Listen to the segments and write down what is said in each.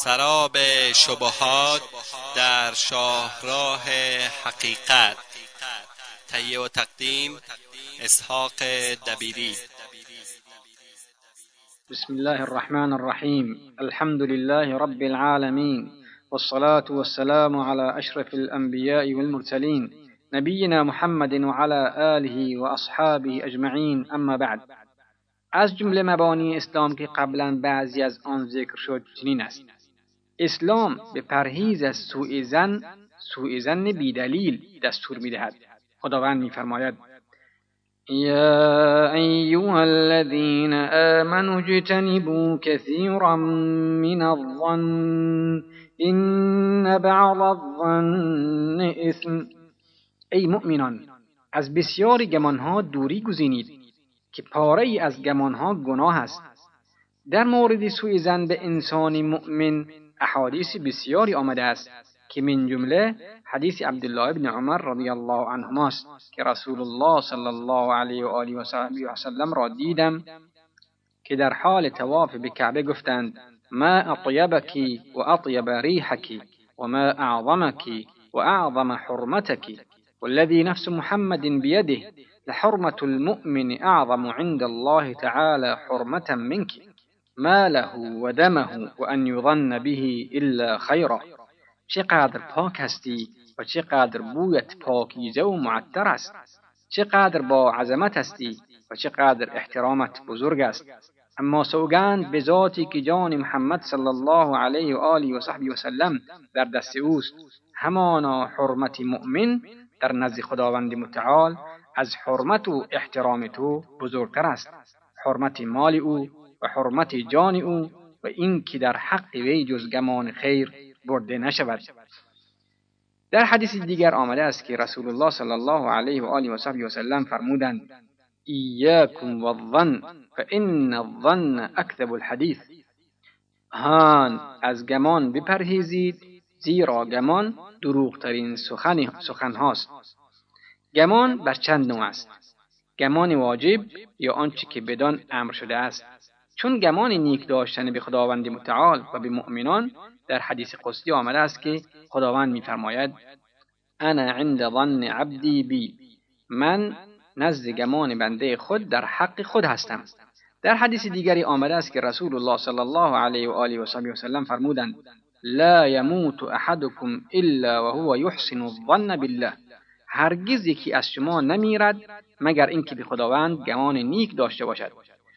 سراب شبهات در شاهراه حقیقت. تهیه و تقدیم اسحاق دبیری. بسم الله الرحمن الرحیم. الحمد لله رب العالمین والصلاة والسلام على اشرف الانبیاء والمرسلین نبینا محمد وعلى آله و اصحابه اجمعین. اما بعد، از جمله مبانی اسلام که قبلا بعضی از آن ذکر شد چنین است: اسلام به پرهیز از سوء ظن بیدلیل دستور می‌دهد. خداوند می‌فرماید: یا ایها الذین آمنوا اجتنبوا کثیرا من الظن ان بعض الظن اثم. ای مؤمنان، از بسیاری گمانها دوری گزینید که پاره‌ای از گمانها گناه است. در مورد سوء ظن به انسان مؤمن احادیث بسیاری آمده است که من جمله حدیث عبدالله بن عمر رضی الله عنهما است که رسول الله صلی الله علیه و آله و سلم را دیدم که در حال طواف به کعبه گفتند: ما اطیبک و اطیب ریحک و ما اعظمک و اعظم حرمتک والذی نفس محمد بیده لحرمة المؤمن اعظم عند الله تعالی حرمة منك ماله و دمه و ان یظن به الا خیرا. چقدر پاک هستی و چقدر بویت پاکیزه و معطر است. چقدر با عظمت هستی و چقدر احترامت بزرگ است. اما سوگند به ذاتی که جان محمد صلی الله علیه و آله و صحبه و سلم در دست اوست، همانا حرمت مؤمن در نزد خداوند متعال از حرمت و احترام تو بزرگتر است. حرمت مال او و حرمت جان او و این که در حق وی جز گمان خیر برده نشود. در حدیث دیگر آمده است که رسول الله صلی الله علیه و آله و صحبه و سلم فرمودند: ایاکم والظن فان الظن اکذب الحدیث. هان از گمان بپرهیزید، زیرا گمان دروغترین سخن هاست. گمان بر چند نوع است: گمان واجب یا آنچه که بدان امر شده است، چون گمان نیک داشتن به خداوند متعال و به مؤمنان در حدیث قدسی آمده است که خداوند می‌فرماید: انا عند ظن عبدی بی، من نزد گمان بنده خود در حق خود هستم. در حدیث دیگری آمده است که رسول الله صلی الله علیه و آله و صحبه و سلم فرمودند: لا یموت احدکم الا وهو یحسن الظن بالله. هرگز یکی از شما نمیرد مگر اینکه به خداوند گمان نیک داشته باشد.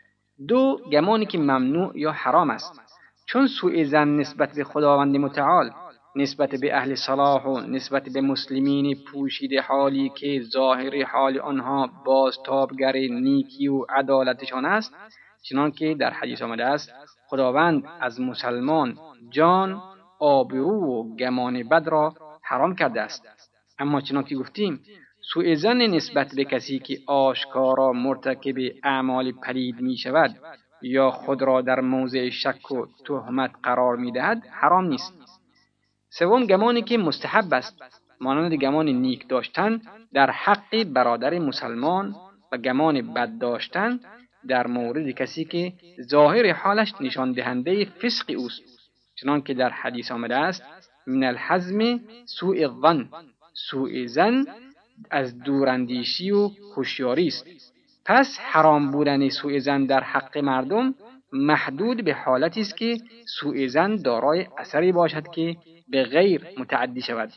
دو، گمانی که ممنوع یا حرام است، چون سوء ظن نسبت به خداوند متعال، نسبت به اهل صلاح و نسبت به مسلمین پوشیده حالی که ظاهر حال آنها بازتابگر نیکی و عدالتشان است، چنانکه در حدیث آمده است خداوند از مسلمان جان، آبرو و گمان بد را حرام کرده است. اما چنانکه گفتیم، سوء ظن نسبت به کسی که آشکارا مرتکب اعمال پلید می شود یا خود را در موضع شک و تهمت قرار می دهد حرام نیست. سوم، گمانی که مستحب است، مانند گمان نیک داشتن در حق برادر مسلمان و گمان بد داشتن در مورد کسی که ظاهر حالش نشان دهنده فسق اوست، چنانکه در حدیث آمده است: من الحزم سوء الظن. سوء ظن از دوراندیشی و هوشیاری است. پس حرام بودن سوء ظن در حق مردم محدود به حالتی است که سوء ظن دارای اثری باشد که به غیر متعدی شود.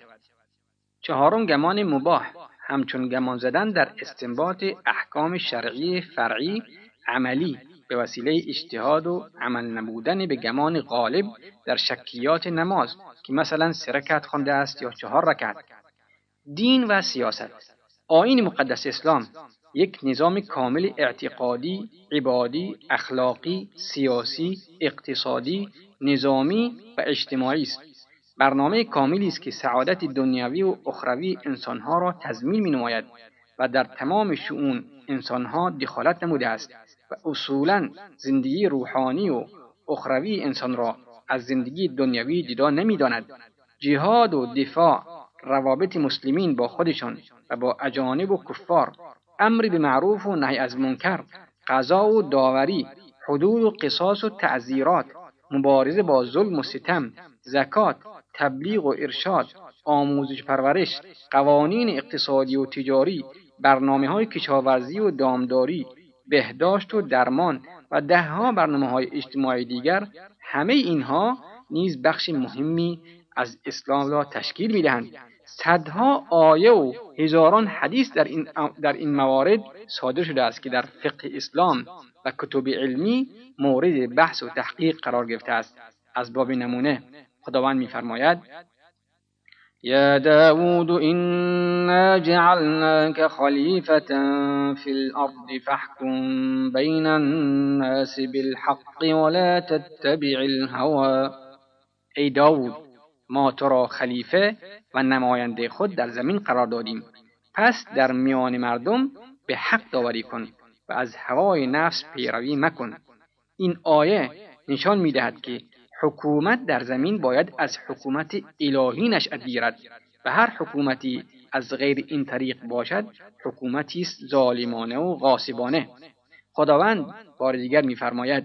چهارم، گمان مباح، همچون گمان زدن در استنباط احکام شرعی فرعی عملی به وسیله اجتهاد و عمل نبودن به گمان غالب در شکیات نماز که مثلا 3 رکعت خوانده است یا 4 رکعت. دین و سیاست. آیین مقدس اسلام یک نظام کامل اعتقادی، عبادی، اخلاقی، سیاسی، اقتصادی، نظامی و اجتماعی است. برنامه کاملی است که سعادت دنیوی و اخروی انسانها را تضمین می‌نماید و در تمام شؤون انسانها دخالت نموده است و اصولاً زندگی روحانی و اخروی انسان را از زندگی دنیوی جدا نمی‌داند. جهاد و دفاع، روابط مسلمین با خودشان و با اجانب و کفار، امر به معروف و نهی از منکر، قضا و داوری، حدود و قصاص و تعزیرات، مبارزه با ظلم و ستم، زکات، تبلیغ و ارشاد، آموزش پرورش، قوانین اقتصادی و تجاری، برنامه‌های کشاورزی و دامداری، بهداشت و درمان و ده‌ها برنامه‌های اجتماعی دیگر، همه اینها نیز بخش مهمی از اسلام را تشکیل می‌دهند. صدها آیه و هزاران حدیث در این موارد صادر شده است که در فقه اسلام و کتب علمی مورد بحث و تحقیق قرار گرفته است. از باب نمونه خداوند می‌فرماید: یا داود انا جعلناك خلیفة فی الارض فاحکم بین الناس بالحق ولا تتبع الهوى. ای داود، ما تو را خلیفه و نماینده خود در زمین قرار دادیم، پس در میان مردم به حق داوری کن و از هوای نفس پیروی مکن. این آیه نشان می‌دهد که حکومت در زمین باید از حکومت الهی نشأت گیرد و هر حکومتی از غیر این طریق باشد حکومتی است ظالمانه و غاصبانه. خداوند بار دیگر می‌فرماید: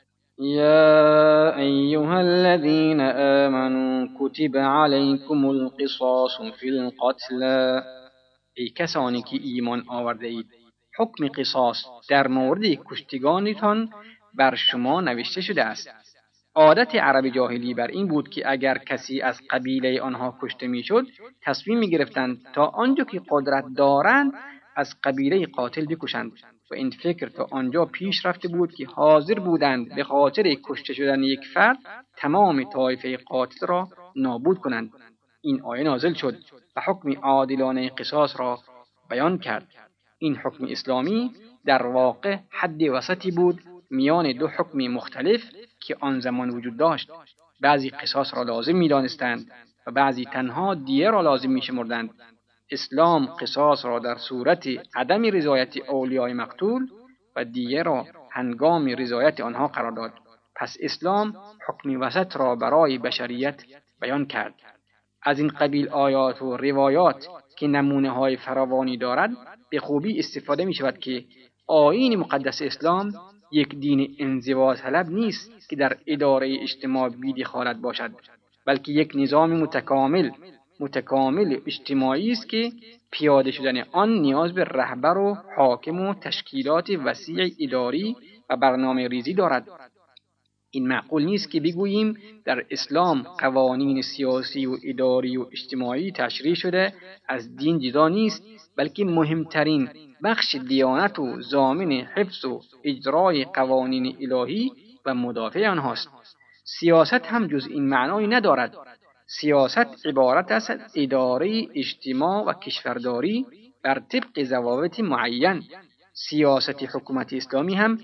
یا ایها الذین آمنوا کتب علیکم القصاص فی القتل. ای کسانی که ایمان آورده اید، حکم قصاص در مورد کشتگانتان بر شما نوشته شده است. عادت عرب جاهلی بر این بود که اگر کسی از قبیله آنها کشته میشد، تصمیم می‌گرفتند تا آنجا که قدرت دارند از قبیله قاتل بکشند و این فکر تا آنجا پیش رفته بود که حاضر بودند به خاطر کشته شدن یک فرد تمام طایفه قاتل را نابود کنند. این آیه نازل شد و حکم عادلانه قصاص را بیان کرد. این حکم اسلامی در واقع حد وسطی بود میان دو حکم مختلف که آن زمان وجود داشت. بعضی قصاص را لازم می‌دانستند و بعضی تنها دیه را لازم می‌شمردند. اسلام قصاص را در صورت عدم رضایت اولیای مقتول و دیه را هنگام رضایت آنها قرار داد. پس اسلام حکم وسط را برای بشریت بیان کرد. از این قبیل آیات و روایات که نمونه‌های فراوانی دارد به خوبی استفاده می‌شود که آیین مقدس اسلام یک دین انزوا طلب نیست که در اداره اجتماع بی‌دخالت باشد، بلکه یک نظام متکامل اجتماعی است که پیاده شدن آن نیاز به رهبر و حاکم و تشکیلات وسیع اداری و برنامه ریزی دارد. این معقول نیست که بگوییم در اسلام قوانین سیاسی و اداری و اجتماعی تشریع شده از دین جدا نیست، بلکه مهمترین بخش دیانت و ضامن حفظ و اجرای قوانین الهی و مدافع آنهاست. سیاست هم جز این معنای ندارد. سیاست عبارت است از اداره اجتماع و کشورداری بر طبق ضوابط معین. سیاست حکومت اسلامی هم